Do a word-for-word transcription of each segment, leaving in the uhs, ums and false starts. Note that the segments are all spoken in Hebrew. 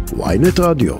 וויינט רדיו.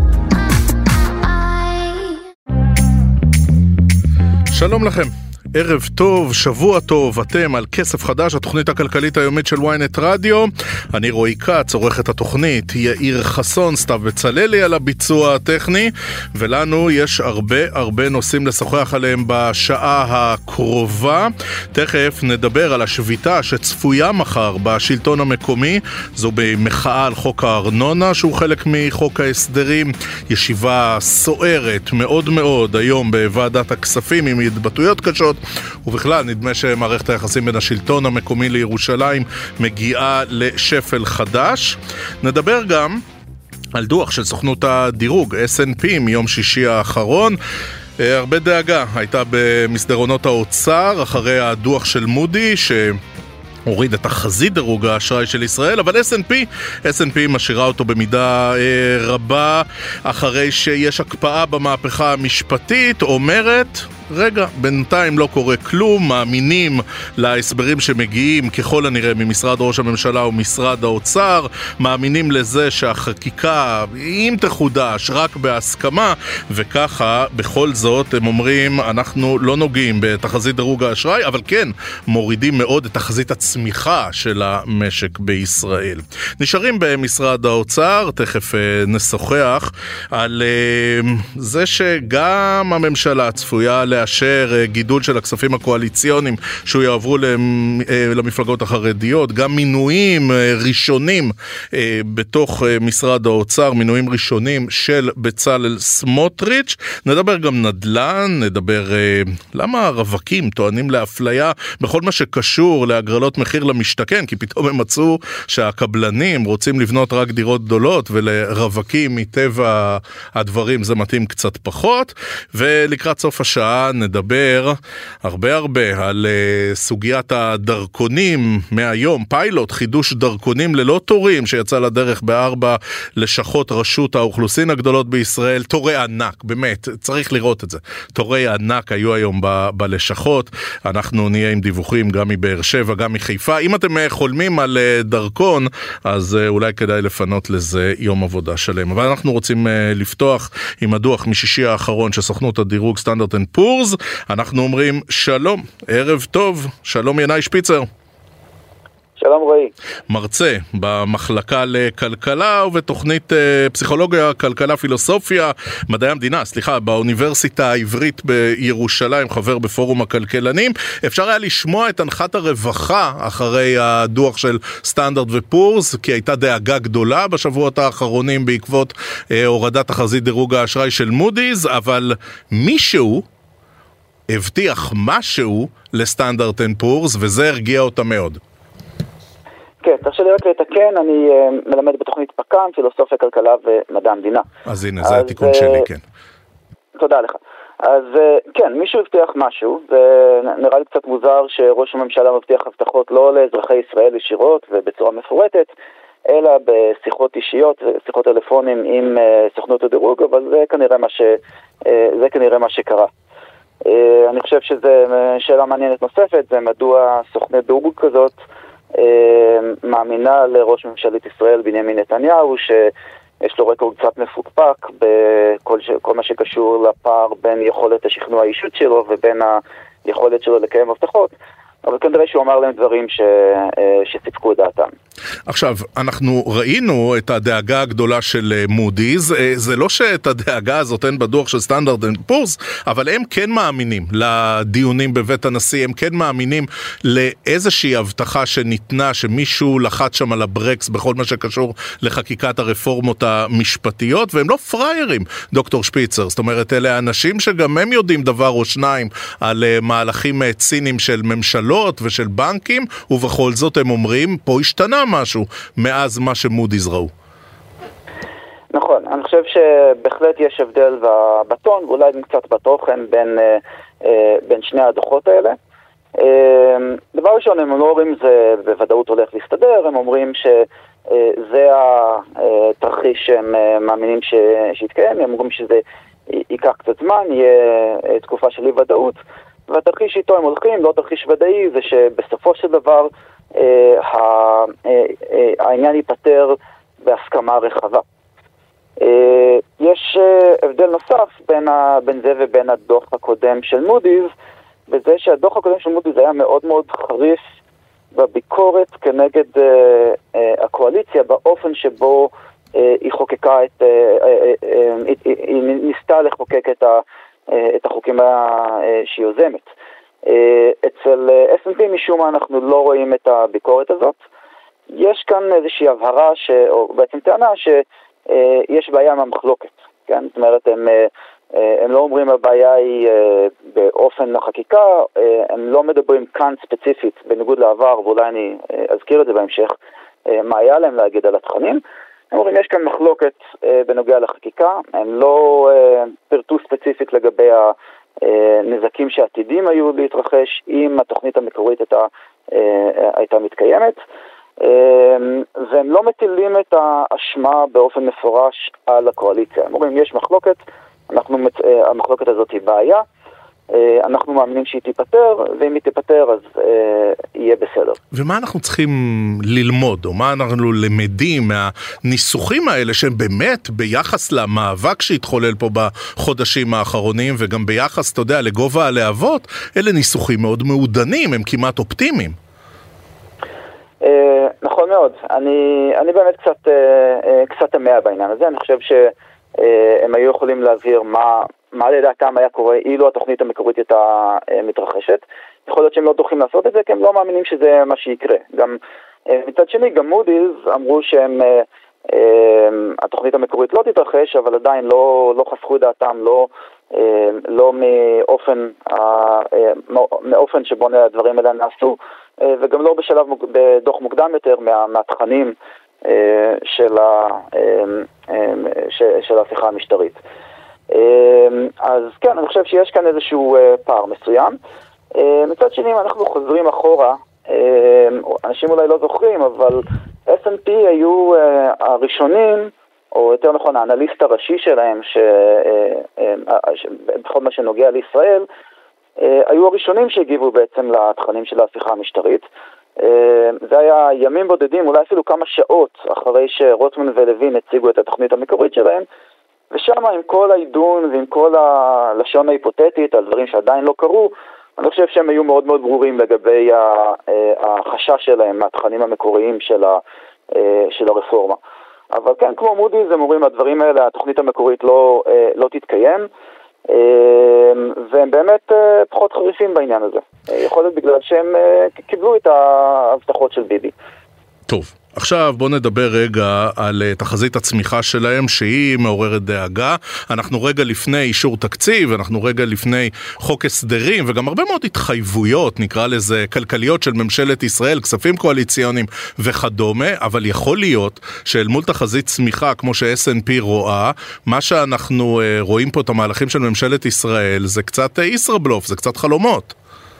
שלום לכם, ערב טוב, שבוע טוב, אתם על כסף חדש, התוכנית הכלכלית היומית של וויינט רדיו. אני רועי קץ, עורך את התוכנית, יאיר חסון, סתיו בצללי על הביצוע הטכני, ולנו יש הרבה הרבה נושאים לשוחח עליהם בשעה הקרובה. תכף נדבר על השביתה שצפויה מחר בשלטון המקומי, זו במחאה על חוק הארנונה שהוא חלק מחוק ההסדרים, ישיבה סוערת מאוד מאוד היום בוועדת הכספים עם התבטאויות קשות, ובכלל נדמה שמערכת היחסים בין השלטון המקומי לירושלים מגיעה לשפל חדש. נדבר גם על דוח של סוכנות הדירוג אס אנד פי מיום שישי האחרון. הרבה דאגה הייתה במסדרונות האוצר אחרי הדוח של מודי ש... הוריד את תחזית דירוג האשראי של ישראל, אבל אס אנד פי, אס אנד פי משאירה אותו במידה אה, רבה אחרי שיש הקפאה במהפכה המשפטית, אומרת, רגע, בינתיים לא קורה כלום, מאמינים להסברים שמגיעים ככל הנראה ממשרד ראש הממשלה ומשרד האוצר, מאמינים לזה שהחקיקה, אם תחודש, רק בהסכמה, וככה בכל זאת הם אומרים, אנחנו לא נוגעים בתחזית דירוג האשראי, אבל כן מורידים מאוד את תחזית הצמיחה של המשק בישראל. נשארים במשרד האוצר, תכף נשוחח על זה שגם הממשלה צפויה לאשר גידול של הכספים הקואליציוניים שהוא יעברו למפלגות החרדיות, גם מינויים ראשונים בתוך משרד האוצר, מינויים ראשונים של בצלאל סמוטריץ'. נדבר גם נדל"ן, נדבר למה הרווקים טוענים לאפליה בכל מה שקשור להגרלות מחיר למשתכן, כי פתאום הם מצאו שהקבלנים רוצים לבנות רק דירות גדולות ולרווקים מטבע הדברים זה מתאים קצת פחות. ולקראת סוף השעה נדבר הרבה הרבה על uh, סוגיית הדרכונים מהיום, פיילוט חידוש דרכונים ללא תורים שיצא לדרך בארבע לשכות רשות האוכלוסין הגדולות בישראל. תורי ענק, באמת, צריך לראות את זה. תורי ענק היו היום ב- בלשכות. אנחנו נהיה עם דיווחים גם מבאר שבע, גם מחיפה. אם אתם חולמים על uh, דרכון, אז uh, אולי כדאי לפנות לזה יום עבודה שלם. אבל אנחנו רוצים uh, לפתוח עם הדוח משישי האחרון של סוכנות הדירוג סטנדרט אנד פורס. אנחנו אומרים שלום, ערב טוב, שלום ינאי שפיצר. שלום רועי. מרצה במחלקה לכלכלה ובתוכנית פסיכולוגיה, כלכלה, פילוסופיה, מדעי המדינה, סליחה, באוניברסיטה העברית בירושלים, חבר בפורום הכלכלנים. אפשר היה לשמוע את הנחת הרווחה אחרי הדוח של סטנדרט ופורס, כי הייתה דאגה גדולה בשבועות האחרונים בעקבות הורדת תחזית דירוג האשראי של מודי'ס, אבל מישהו הבטיח משהו לסטנדרט אנד פורס, וזה הרגיע אותה מאוד. כן, תרשה לי רק לתקן, אני uh, מלמד בתוכנית פק"ם, פילוסופיה, כלכלה ומדע המדינה. אז הנה, זה התיקון שלי, כן. תודה לך. אז uh, כן, מישהו הבטיח משהו, ונראה לי קצת מוזר שראש הממשלה מבטיח הבטחות לא לאזרחי ישראל ישירות ובצורה מפורטת, אלא בשיחות אישיות ושיחות טלפונים עם uh, סוכנות הדירוג, אבל זה כנראה מה, ש, uh, זה כנראה מה שקרה. Uh, אני חושב שזו שאלה מעניינת נוספת, זה מדוע סוכנת דירוג כזאת uh, מאמינה לראש ממשלת ישראל בנימין נתניהו, שיש לו רקורד קצת מפוקפק בכל ש... כל מה שקשור לפער בין יכולת השכנוע האישות שלו ובין היכולת שלו לקיים הבטחות, אבל כנראה שהוא אמר להם דברים ש... שסיפקו את דעתם. עכשיו, אנחנו ראינו את הדאגה הגדולה של מודי'ס, זה לא שאת הדאגה הזאת אין בדוח של סטנדרט אנד פורס, אבל הם כן מאמינים לדיונים בבית הנשיא, הם כן מאמינים לאיזושהי הבטחה שניתנה, שמישהו לחץ שם על הברקס בכל מה שקשור לחקיקת הרפורמות המשפטיות, והם לא פריירים, דוקטור שפיצר, זאת אומרת, אלה אנשים שגם הם יודעים דבר או שניים על מהלכים ציניים של ממשלות ושל בנקים, ובכל זאת הם אומרים, פה השתנה משהו מאז מה שמודי'ס ראו. נכון, אני חושב שבהחלט יש הבדל בטון ואולי קצת בתוכן בין, בין שני הדוחות האלה. דבר ראשון, הם לא אומרים זה בוודאות הולך להסתדר, הם אומרים שזה התרחיש שהם מאמינים שיתקיים, הם אומרים שזה ייקח קצת זמן, יהיה תקופה של אי ודאות, והתרחיש איתו הם הולכים, לא תרחיש ודאי, זה שבסופו של דבר העניין ייפטר בהסכמה רחבה. יש הבדל נוסף בין, ה, בין זה ובין הדוח הקודם של מודי'ס, בזה שהדוח הקודם של מודי'ס היה מאוד מאוד חריף בביקורת כנגד uh, uh, הקואליציה, באופן שבו uh, היא חוקקה את, uh, uh, uh, uh, היא, היא ניסתה לחוקק את, ה, uh, את החוקים ה, uh, שהיא יוזמת. Uh, אצל אס אנד פי משום מה אנחנו לא רואים את הביקורת הזאת. יש כאן איזושהי הבהרה, ש, או בעצם טענה שיש uh, בעיה עם המחלוקת. כן? זאת אומרת, הם... Uh, הם לא אומרים הבעיה היא באופן החקיקה, הם לא מדברים כאן ספציפית בניגוד לעבר, ואולי אני אזכיר את זה בהמשך, מה היה להם להגיד על התכנים. הם אומרים יש כאן מחלוקת בנוגע לחקיקה, הם לא פרטו ספציפית לגבי הנזקים שעתידים היו להתרחש אם התוכנית המקורית הייתה, הייתה מתקיימת, והם לא מטילים את האשמה באופן מפורש על הקואליציה. הם אומרים יש מחלוקת, אנחנו, המחלוקת הזאת היא בעיה, אנחנו מאמינים שהיא תיפטר, ואם היא תיפטר אז אה, יהיה בסדר. ומה אנחנו צריכים ללמוד, או מה אנחנו למדים מהניסוחים האלה, שהם באמת ביחס למאבק שהתחולל פה בחודשים האחרונים, וגם ביחס, אתה יודע, לגובה הלהבות, אלה ניסוחים מאוד מעודנים, הם כמעט אופטימיים. אה, נכון מאוד, אני, אני באמת קצת, אה, קצת תמה בעניין הזה, אני חושב ש... הם היו יכולים להבהיר מה, מה לדעתם היה קורה אילו התוכנית המקורית הייתה מתרחשת. יכול להיות שהם לא דוחים לעשות את זה, כי הם לא מאמינים שזה מה שיקרה. גם מצד שני, גם מודי'ס אמרו שהם, התוכנית המקורית לא תתרחש, אבל עדיין לא, לא חסכו את דעתם, לא, לא מאופן, מאופן שבו הדברים האלה נעשו, וגם לא בשלב, בדוח מוקדם יותר מה, מהתכנים של ה... של ההפיכה המשטרית. אז כן, אני חושב שיש כאן איזשהו פער מסוים. מצד שני, אנחנו חוזרים אחורה, אנשים אולי לא זוכרים, אבל אס אנד פי היו הראשונים, או יותר נכון, האנליסט הראשי שלהם, בכל מה שנוגע לישראל, היו הראשונים שהגיבו בעצם לתכנים של ההפיכה המשטרית. זה היה ימים בודדים, אולי אפילו כמה שעות אחרי שרוטמן ולוין הציגו את התוכנית המקורית שלהם, ושם עם כל העידון ועם כל הלשון ההיפותטית על דברים שעדיין לא קרו, אני חושב שהם היו מאוד מאוד ברורים לגבי החשש שלהם מהתכנים המקוריים של, ה, של הרפורמה. אבל כן, כמו מודי'ס, הם אומרים, הדברים האלה, התוכנית המקורית לא, לא תתקיים, והם באמת פחות חריפים בעניין הזה. יכול להיות בגלל שהם קיבלו את ההבטחות של ביבי. טוב, עכשיו בוא נדבר רגע על תחזית הצמיחה שלהם שהיא מעוררת דאגה. אנחנו רגע לפני אישור תקציב, אנחנו רגע לפני חוק הסדרים וגם הרבה מאוד התחייבויות, נקרא לזה כלכליות של ממשלת ישראל, כספים קואליציוניים וכדומה, אבל יכול להיות שאל מול תחזית צמיחה כמו ש-אס אנד פי רואה, מה שאנחנו רואים פה את המהלכים של ממשלת ישראל זה קצת ישראבלוף, זה קצת חלומות.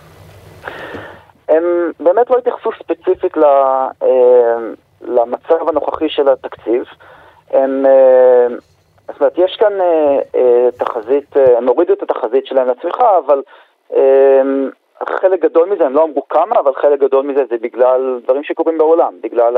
הם באמת לא התייחסו ספציפית למצב הנוכחי של התקציב. הם, זאת אומרת, יש כאן תחזית, הם הורידו את התחזית שלהם לצמיחה, אבל חלק גדול מזה, הם לא אמרו כמה, אבל חלק גדול מזה זה בגלל דברים שקורים בעולם, בגלל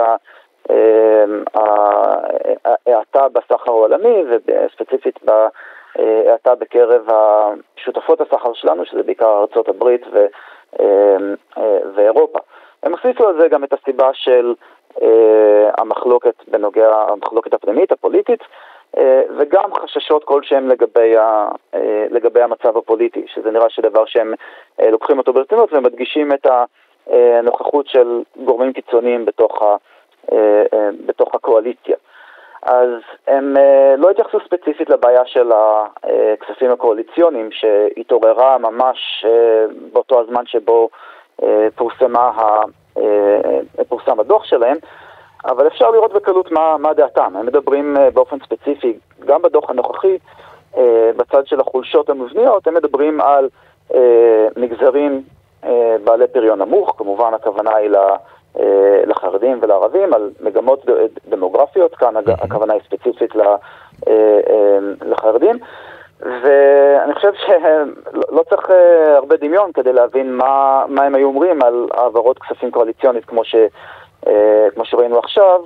ההאטה בסחר העולמי, וספציפית בהאטה בקרב השותפות הסחר שלנו, שזה בעיקר ארצות הברית ו... ואירופה. הם הוסיפו על זה גם את הסיבה של המחלוקת בנוגע, המחלוקת הפנימית, הפוליטית, וגם חששות כלשהם לגבי, לגבי המצב הפוליטי, שזה נראה שדבר שהם לוקחים אותו ברצינות ומדגישים את הנוכחות של גורמים קיצוניים בתוך, ה, בתוך הקואליציה. אז הם לא התייחסו ספציפית לבעיה של הכספים הקואליציוניים שהתעוררה ממש באותו הזמן שבו פורסמה, פורסם הדוח שלהם, אבל אפשר לראות בקלות מה, מה דעתם. הם מדברים באופן ספציפי, גם בדוח הנוכחי, בצד של החולשות המבניות, הם מדברים על מגזרים בעלי פריון נמוך, כמובן הכוונה היא לחרדים ולערבים, על מגמות דמוגרפיות, כאן הכוונה היא ספציפית לחרדים, ואני חושב שלא צריך הרבה דמיון כדי להבין מה, מה הם היו אומרים על העברות כספים קואליציונית כמו, ש, כמו שראינו עכשיו,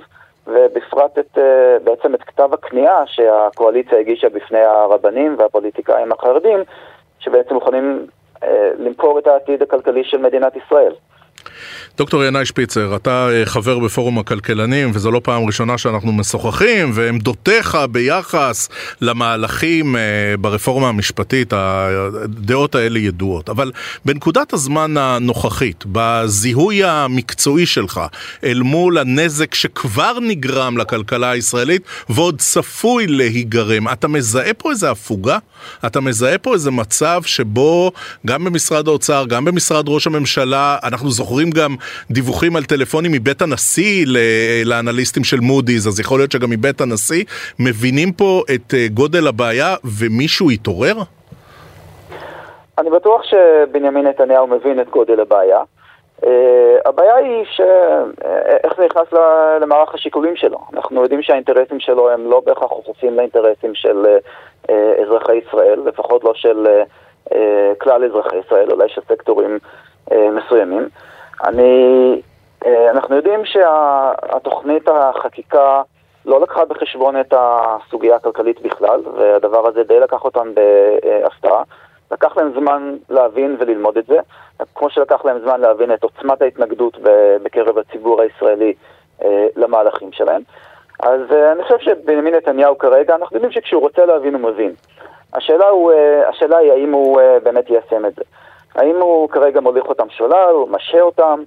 ובפרט את, בעצם את כתב הקנייה שהקואליציה הגישה בפני הרבנים והפוליטיקאים החרדים, שבעצם יכולים למכור את העתיד הכלכלי של מדינת ישראל. דוקטור ינאי שפיצר, אתה חבר בפורום הכלכלנים, וזו לא פעם ראשונה שאנחנו משוחחים, ועמדותיך ביחס למהלכים ברפורמה המשפטית, הדעות האלה ידועות. אבל בנקודת הזמן הנוכחית, בזיהוי המקצועי שלך, אל מול הנזק שכבר נגרם לכלכלה הישראלית, ועוד צפוי להיגרם, אתה מזהה פה איזה הפוגה? אתה מזהה פה איזה מצב שבו גם במשרד האוצר, גם במשרד ראש הממשלה, אנחנו זוכרים גם דיווחים על טלפונים מבית הנשיא לאנליסטים של מודי'ס, אז יכול להיות שגם מבית הנשיא מבינים פה את גודל הבעיה ומישהו יתעורר? אני בטוח שבנימין נתניהו מבין את גודל הבעיה. הבעיה היא שאיך זה נכנס למערך השיקולים שלו. אנחנו יודעים שהאינטרסים שלו הם לא בהכרח חופפים לאינטרסים של אזרחי ישראל, לפחות לא של כלל אזרחי ישראל, אולי של סקטורים מסוימים. אני, אנחנו יודעים שהתוכנית החקיקה לא לקחה בחשבון את הסוגיה הכלכלית בכלל, והדבר הזה די לקח אותם בהפתעה. לקח להם זמן להבין וללמוד את זה, כמו שלקח להם זמן להבין את עוצמת ההתנגדות בקרב הציבור הישראלי למהלכים שלהם. אז אני חושב שבנימין נתניהו כרגע, אנחנו יודעים שכשהוא רוצה להבין הוא מבין. השאלה, הוא, השאלה היא האם הוא באמת יישם את זה. האם הוא כרגע מוליך אותם שולל, הוא משה אותם,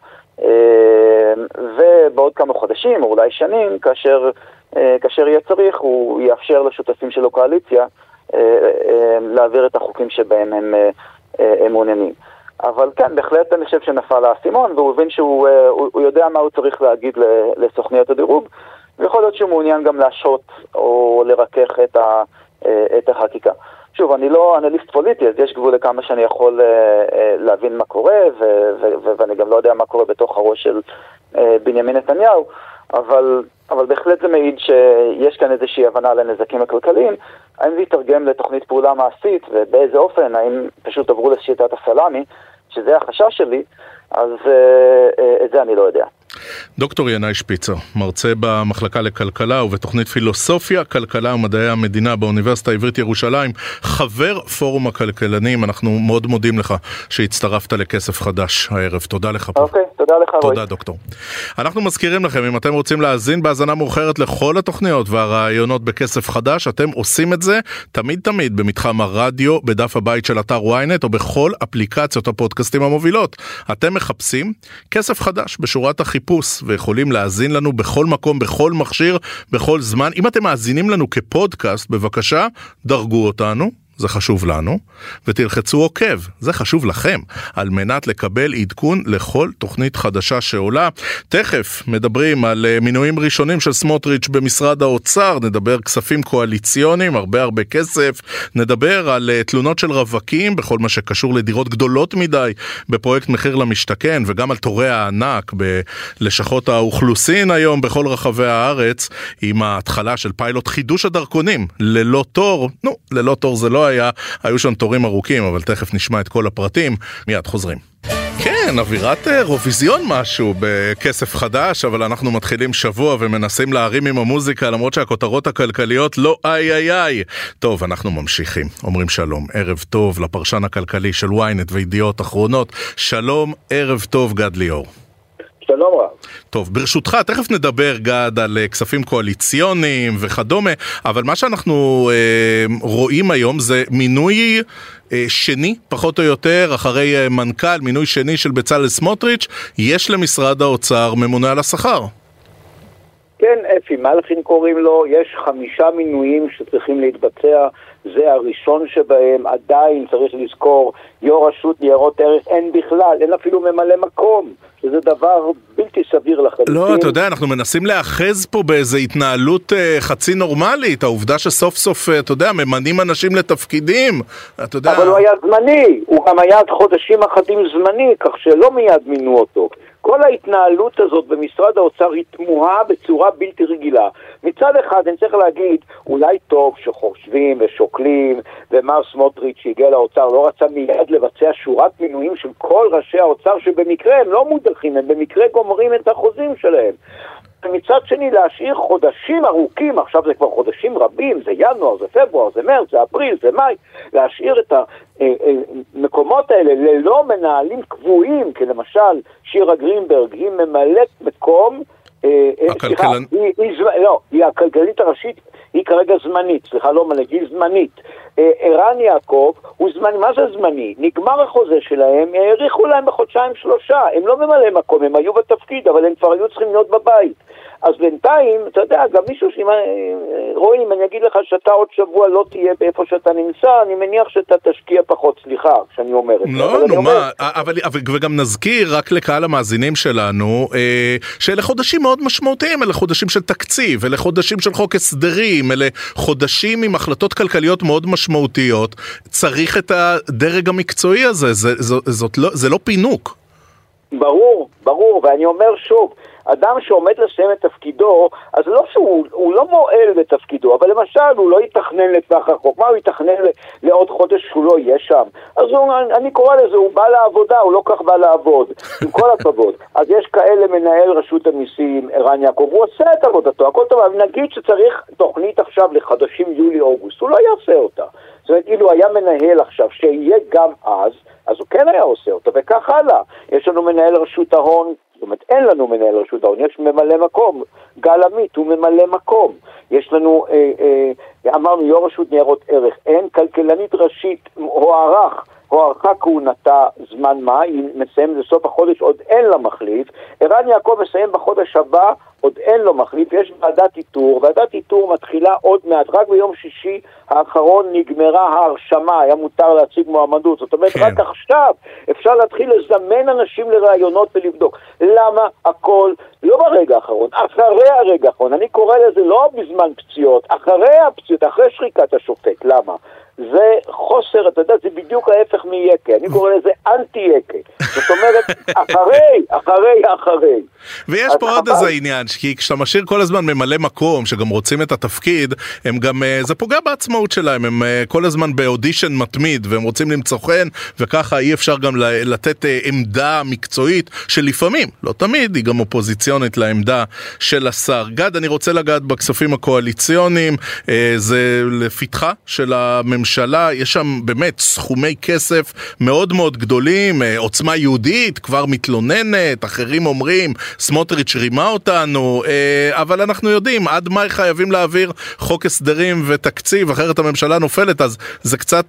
ובעוד כמה חודשים או אולי שנים, כאשר, כאשר יהיה צריך, הוא יאפשר לשותפים שלו קואליציה להעביר את החוקים שבהם הם, הם מעוניינים. אבל כן, בהחלט אני חושב שנפל האסימון, והוא הבין שהוא הוא, הוא יודע מה הוא צריך להגיד לסוכניות הדירוג, ויכול להיות שהוא מעוניין גם להשעות או לרכך את, ה, את החקיקה. שוב, אני לא אנליסט פוליטי, אז יש גבול לכמה שאני יכול להבין מה קורה, ו- ו- ואני גם לא יודע מה קורה בתוך הראש של בנימין נתניהו, אבל, אבל בהחלט זה מעיד שיש כאן איזושהי הבנה לנזקים הכלכליים. האם זה יתרגם לתוכנית פעולה מעשית, ובאיזה אופן, האם פשוט עברו לשיטת הסלאמי, שזה החשש שלי, אז את זה אני לא יודע. דוקטור ינאי שפיצר, מרצה במחלקה לכלכלה ובתוכנית פילוסופיה, כלכלה ומדעי המדינה באוניברסיטה העברית ירושלים, חבר פורום הכלכלנים. אנחנו מאוד מודים לך שהצטרפת לכסף חדש הערב. תודה לך פה. אוקיי, תודה לך רועי. תודה דוקטור. אנחנו מזכירים לכם, אם אתם רוצים להאזין בהאזנה מאוחרת לכל התוכניות והרעיונות בכסף חדש, אתם עושים את זה תמיד תמיד במתחם הרדיו, בדף הבית של אתר וויינט או בכל אפליקציות הפודקאסטים המובילות. אתם מחפשים כסף חדש בשורת החיפוש, ויכולים להאזין לנו בכל מקום, בכל מכשיר, בכל זמן. אם אתם מאזינים לנו כפודקאסט, בבקשה, דרגו אותנו, זה חשוב לנו, ותלחצו עוקב, זה חשוב לכם, על מנת לקבל עדכון לכל תוכנית חדשה שעולה. תכף מדברים על מינויים ראשונים של סמוטריץ' במשרד האוצר, נדבר כספים קואליציוניים, הרבה הרבה כסף, נדבר על תלונות של רווקים, בכל מה שקשור לדירות גדולות מדי, בפרויקט מחיר למשתכן, וגם על תורי הענק בלשכות האוכלוסין היום בכל רחבי הארץ, עם ההתחלה של פיילוט חידוש הדרכונים, ללא תור, נו, ללא תור זה לא היה, היו שם תורים ארוכים, אבל תכף נשמע את כל הפרטים, מיד חוזרים. כן, אווירת רוביזיון משהו בכסף חדש, אבל אנחנו מתחילים שבוע ומנסים להרים עם המוזיקה, למרות שהכותרות הכלכליות לא איי איי איי. טוב, אנחנו ממשיכים. אומרים שלום, ערב טוב לפרשן הכלכלי של וויינט וידיעות אחרונות. שלום, ערב טוב גד ליאור. שלום רב. טוב, ברשותך, תכף נדבר גד על כספים קואליציוניים וכדומה, אבל מה שאנחנו אה, רואים היום זה מינוי אה, שני, פחות או יותר, אחרי אה, מנכ"ל, מינוי שני של בצלאל סמוטריץ', יש למשרד האוצר ממונה על השכר. כן, אפי מלכין קוראים לו, יש חמישה מינויים שצריכים להתבצע, זה הראשון שבהם. עדיין צריך לזכור, יו"ר רשות ניירות ערך אין בכלל, אין אפילו ממלא מקום, שזה דבר בלתי סביר לחלוטין. לא, אתה יודע, אנחנו מנסים לאחז פה באיזו התנהלות אה, חצי נורמלית, העובדה שסוף סוף, אתה יודע, ממנים אנשים לתפקידים, אתה יודע... אבל הוא היה זמני, הוא גם היה עד חודשים אחדים זמני, כך שלא מיד מינו אותו. כל ההתנהלות הזאת במשרד האוצר היא תמוהה בצורה בלתי רגילה. מצד אחד אני צריך להגיד, אולי טוב שחושבים ושוקלים, ומר סמוטריץ' שהגיע לאוצר לא רצה מיד לבצע שורת מינויים של כל ראשי האוצר שבמקרה הם לא מודחים, הם במקרה גומרים את החוזים שלהם. מצד שני להשאיר חודשים ארוכים, עכשיו זה כבר חודשים רבים, זה ינואר, זה פברואר, זה מרץ, זה אפריל, זה מאי, להשאיר את המקומות האלה ללא מנהלים קבועים, כי למשל שירה גרינברג היא ממלאת מקום, הכלכלן... היא, היא, לא, היא הכלכלית הראשית, היא כרגע זמנית, סליחה, לא מלא, היא זמנית. ערן יעקב הוא זמני, מה זה זמני? נגמר החוזה שלהם, העריכו להם בחודשיים שלושה, הם לא ממלא מקום, הם היו בתפקיד, אבל הם כבר היו צריכים להיות בבית. אז בינתיים, אתה יודע, גם מישהו שאם רואים, אני אגיד לך שאתה עוד שבוע לא תהיה באיפה שאתה נמצא, אני מניח שאתה תשקיע פחות, סליחה, כשאני אומר את זה. לא, נו, מה, אבל, וגם נזכיר רק לקהל המאזינים שלנו, שאלה חודשים מאוד משמעותיים, אלה חודשים של תקציב, אלה חודשים של חוק הסדרים, אלה חודשים עם החלטות כלכליות מאוד משמעותיות, צריך את הדרג המקצועי הזה, זה, זאת לא, זה לא פינוק. ברור, ברור, ואני אומר שוב, אדם שעומד לסיים את תפקידו, אז לא שהוא הוא לא מועל בתפקידו, אבל למשל הוא לא יתכנן לטווח רחוק, מה הוא יתכנן לעוד חודש שהוא לא יהיה שם? אז הוא, אני קורא לזה, הוא בא לעבודה, הוא לא כך בא לעבוד, עם כל הכבוד. אז יש כאלה מנהל רשות המיסים, ערן יעקב, הוא עושה את עבודתו, הכל טוב, אבל נגיד שצריך תוכנית עכשיו לחדשים יולי-אוגוסט, הוא לא יעשה אותה. זאת אומרת, אילו היה מנהל עכשיו שיהיה גם אז, אז הוא כן היה עושה אותה, וכך הלאה. יש לנו מנהל רשות ההון, זאת אומרת, אין לנו מנהל רשות ההון, יש ממלא מקום, גל עמית הוא ממלא מקום. יש לנו, אה, אה, אמרנו, יו"ר רשות ניירות ערך, אין כלכלנית ראשית, הוארך, הוארכה כהונתה זמן מה, היא מסיים לסוף החודש, עוד אין לה מחליף. ערן יעקב מסיים בחודש הבא, עוד אין לו מחליף, יש ועדת איתור, ועדת איתור מתחילה עוד מעט, רק ביום שישי האחרון נגמרה ההרשמה, היה מותר להציג מועמדות, זאת אומרת, כן. רק עכשיו אפשר להתחיל לזמן אנשים לרעיונות ולבדוק. למה הכל, לא ברגע האחרון, אחרי הרגע האחרון, אני קורא לזה לא בזמן פציעות, אחרי הפציעות, אחרי שריקת השופט, למה? זה חוסר, אתה יודע, זה בדיוק ההפך מיקה, אני קורא לזה אנטי-יקה, זאת אומרת, אחרי, אחרי, אחרי. ויש פה עוד איזה עניין, כי כשאתה משאיר כל הזמן ממלא מקום, שגם רוצים את התפקיד, הם גם, זה פוגע בעצמאות שלהם, הם כל הזמן באודישן מתמיד, והם רוצים למצוא חן, וככה אי אפשר גם לתת עמדה מקצועית, שלפעמים, לא תמיד, היא גם אופוזיציונית לעמדה של השר. גד, אני רוצה לגעת בכספים הקואליציוניים, זה לפתחה של הממשלה, ממשלה, יש שם באמת סכומי כסף מאוד מאוד גדולים, עוצמה יהודית כבר מתלוננת, אחרים אומרים סמוטריץ' רימה אותנו, אבל אנחנו יודעים עד מאי חייבים להעביר חוק הסדרים ותקציב, אחרת הממשלה נופלת, אז זה קצת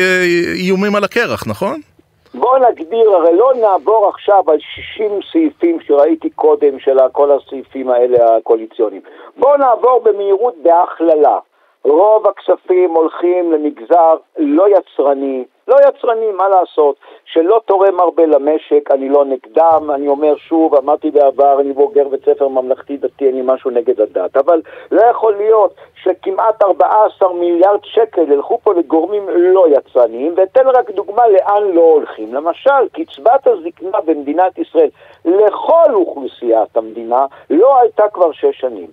איומים על הקרח, נכון? בואו נגדיר, הרי לא נעבור עכשיו על שישים סעיפים שראיתי קודם של כל הסעיפים האלה הקואליציוניים, בואו נעבור במהירות בהכללה. רוב הכספים הולכים למגזר לא יצרני, לא יצרני, מה לעשות, שלא תורם הרבה למשק, אני לא נגדם, אני אומר שוב, אמרתי בעבר, אני בוגר בית ספר ממלכתי דתי, אני משהו נגד הדת, אבל לא יכול להיות שכמעט ארבעה עשר מיליארד שקל ילכו פה לגורמים לא יצרניים, ואתן רק דוגמה לאן לא הולכים. למשל, קצבת הזקנה במדינת ישראל לכל אוכלוסיית המדינה לא הייתה כבר שש שנים.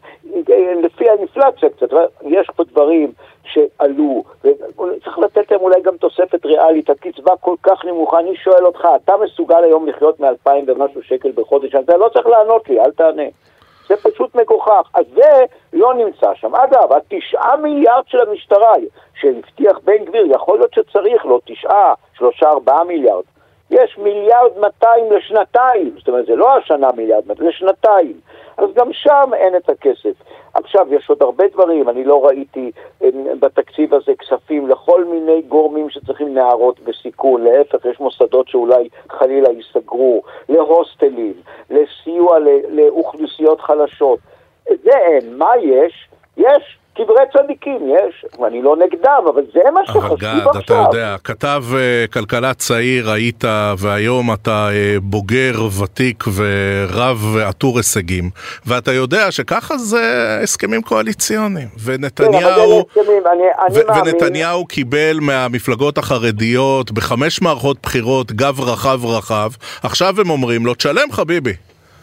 לפי האינפלציה קצת, יש פה דברים שעלו, וצריך לתת להם אולי גם תוספת ריאלית, הקצבה כל כך נמוכה, אני שואל אותך, אתה מסוגל היום לחיות מאלפיים ומשהו שקל בחודש, אתה לא צריך לענות לי, אל תענה. זה פשוט מגוחך. אז זה לא נמצא שם. אגב, התשעה מיליארד של המשטרה, שהבטיח בן גביר, יכול להיות שצריך לו תשעה, שלושה, ארבעה מיליארד. יש מיליארד מאתיים לשנתיים, זאת אומרת, זה לא השנה מיליארד, זה שנתיים. אז גם שם אין את הכסף. עכשיו, יש עוד הרבה דברים, אני לא ראיתי בתקציב הזה כספים לכל מיני גורמים שצריכים נערות בסיכון, להפך, יש מוסדות שאולי חלילה ייסגרו, להוסטלים, לסיוע לאוכלוסיות חלשות. זה אין. מה יש? יש קברי צדיקים, יש, אני לא נגדם, אבל זה מה שחשוב עכשיו. אבל גד, אתה יודע, כתב uh, כלכלה צעיר היית, והיום אתה uh, בוגר, ותיק ורב ועטור הישגים, ואתה יודע שככה זה הסכמים קואליציוניים, ונתניהו, כן, אני, אני ו- ונתניהו קיבל מהמפלגות החרדיות בחמש מערכות בחירות גב רחב רחב, עכשיו הם אומרים לו, תשלם חביבי.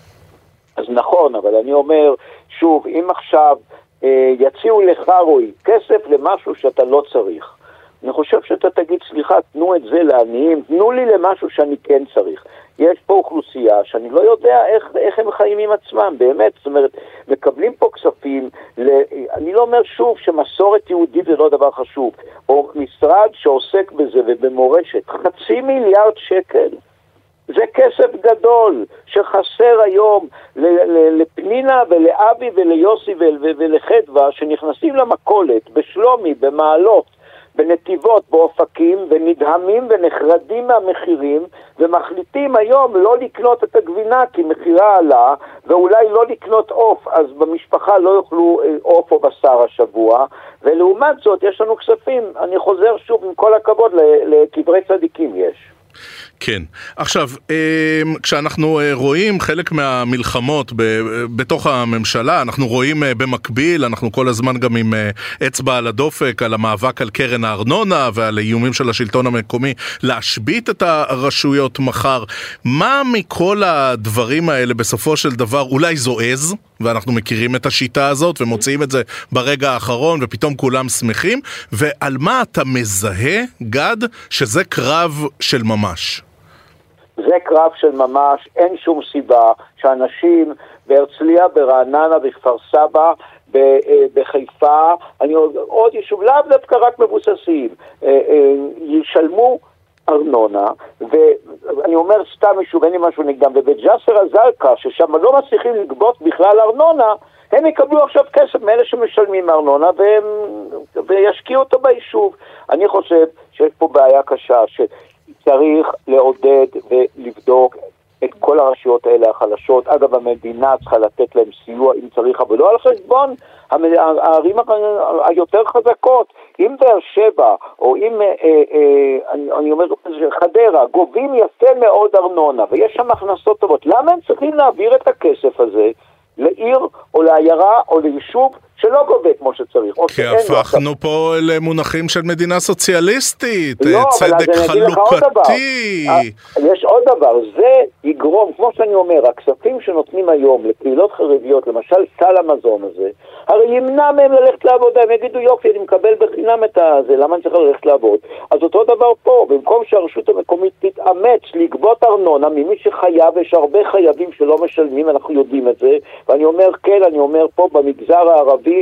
אז נכון, אבל אני אומר, שוב, אם עכשיו יציעו לך רואי כסף למשהו שאתה לא צריך, אני חושב שאתה תגיד סליחה, תנו את זה לעניים, תנו לי למשהו שאני כן צריך. יש פה אוכלוסייה שאני לא יודע איך, איך הם חיים עם עצמם, באמת, זאת אומרת, מקבלים פה כספים, ל... אני לא אומר שוב שמסורת יהודית זה לא דבר חשוב, או משרד שעוסק בזה ובמורשת, חצי מיליארד שקל, זה כסף גדול שחסר היום לפנינה ולאבי וליוסי ולחדווה שנכנסים למכולת בשלומי, במעלות, בנתיבות, באופקים, ונדהמים ונחרדים מהמחירים, ומחליטים היום לא לקנות את הגבינה כי מחירה עלה, ואולי לא לקנות עוף, אז במשפחה לא יאכלו עוף או בשר השבוע, ולעומת זאת יש לנו כספים, אני חוזר שוב עם כל הכבוד, לקברי צדיקים יש. כן. עכשיו, כשאנחנו רואים חלק מהמלחמות בתוך הממשלה, אנחנו רואים במקביל, אנחנו כל הזמן גם עם אצבע על הדופק, על המאבק על קרן הארנונה ועל איומים של השלטון המקומי, להשבית את הרשויות מחר. מה מכל הדברים האלה בסופו של דבר אולי זועז, ואנחנו מכירים את השיטה הזאת ומוצאים את זה ברגע האחרון ופתאום כולם שמחים, ועל מה אתה מזהה, גד, שזה קרב של ממש? זה קרב של ממש, אין שום סיבה שאנשים בהרצליה, ברעננה, בכפר סבא, בחיפה, אני עוד יישוב, לאו דווקא רק מבוססים, ישלמו ארנונה, ואני אומר סתם יישוב, אין לי משהו נגדם, ובג'סר הזלקה, ששם לא מצליחים לגבות בכלל ארנונה, הם יקבלו עכשיו כסף מאלה שמשלמים ארנונה, והם, וישקיעו אותו ביישוב. אני חושב שיש פה בעיה קשה, שצריך לעודד ולבדוק את כל הרשויות האלה החלשות. אגב, המדינה צריכה לתת להם סיוע אם צריך, אבל לא על חשבון הערים היותר חזקות. אם באר שבע, או אם, אה, אה, אני, אני אומר, חדרה, גובים יפה מאוד ארנונה, ויש שם הכנסות טובות. למה הם צריכים להעביר את הכסף הזה לעיר, או לעיירה, או ליישוב, שלא גובה כמו שצריך? כי הפכנו פה למונחים של מדינה סוציאליסטית, צדק חלוקתי. יש עוד דבר, זה יגרום, כמו שאני אומר, הכספים שנותנים היום לקהילות חרדיות, למשל סל המזון הזה, הרי ימנע מהם ללכת לעבודה, הם יגידו יופי, אני מקבל בחינם את זה, למה אני צריך ללכת לעבוד? אז אותו דבר פה, במקום שהרשות המקומית תתאמץ לגבות ארנונה ממי שחייב, יש הרבה חייבים שלא משלמים, אנחנו יודעים את זה, ואני אומר כן, אני אומר פה במגזר הערבי,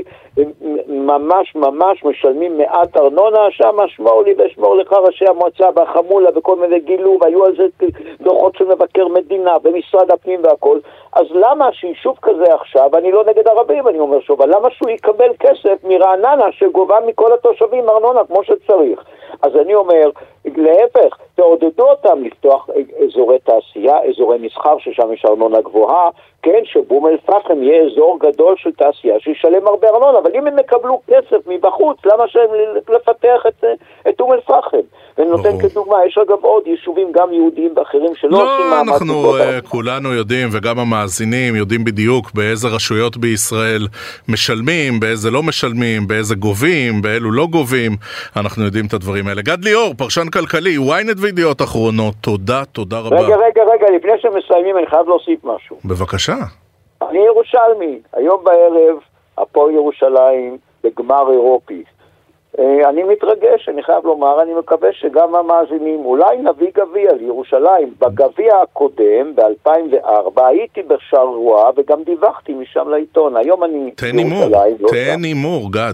ממש ממש משלמים מעט ארנונה, שם שמור לי ושמור לך ראשי המועצה בחמולה וכל מיני גילו, והיו על זה דוחות של מבקר מדינה במשרד הפנים והכל. אז למה שיישוב כזה עכשיו, אני לא נגד ערבים, אני אומר שוב, למה שהוא יקבל כסף מרעננה שגובה מכל התושבים ארנונה כמו שצריך? אז אני אומר, להפך, תעודדו אותם לפתוח אזורי תעשייה, אזורי מסחר ששם יש ארנונה גבוהה, כן, שבום אל פחם יהיה אזור גדול של תעשייה שישלם הרבה ארנונה, אבל אם הם מקבלו כסף מבחוץ, למה שהם לפתח את, את אום אל פחם? ונותן כדוגמה, יש אגב עוד יישובים גם יהודיים ואחרים שלא לא, עושים מאמץ. אנחנו uh, כולנו יודעים, וגם המאזינים יודעים בדיוק באיזה רשויות בישראל משלמים, באיזה לא משלמים, באיזה גובים, באילו לא גובים, אנחנו יודעים את הדברים האלה. גד ליאור, פרשן כלכלי, וויינט וידיעות אחרונות, תודה, תודה רבה. רגע, רגע, רגע, לפני שמסיימים אני חייב להוסיף משהו. בבקשה. אני ירושלמי, היום בערב, הפועל ירושלים, בגמר אירופי. אני מתרגש, אני חייב לומר, אני מקווה שגם המאזינים, אולי נביא גביע לירושלים. בגביע הקודם, ב-אלפיים וארבע, הייתי בשרוע וגם דיווחתי משם לעיתון. היום אני תן אימור, תן אימור, גד.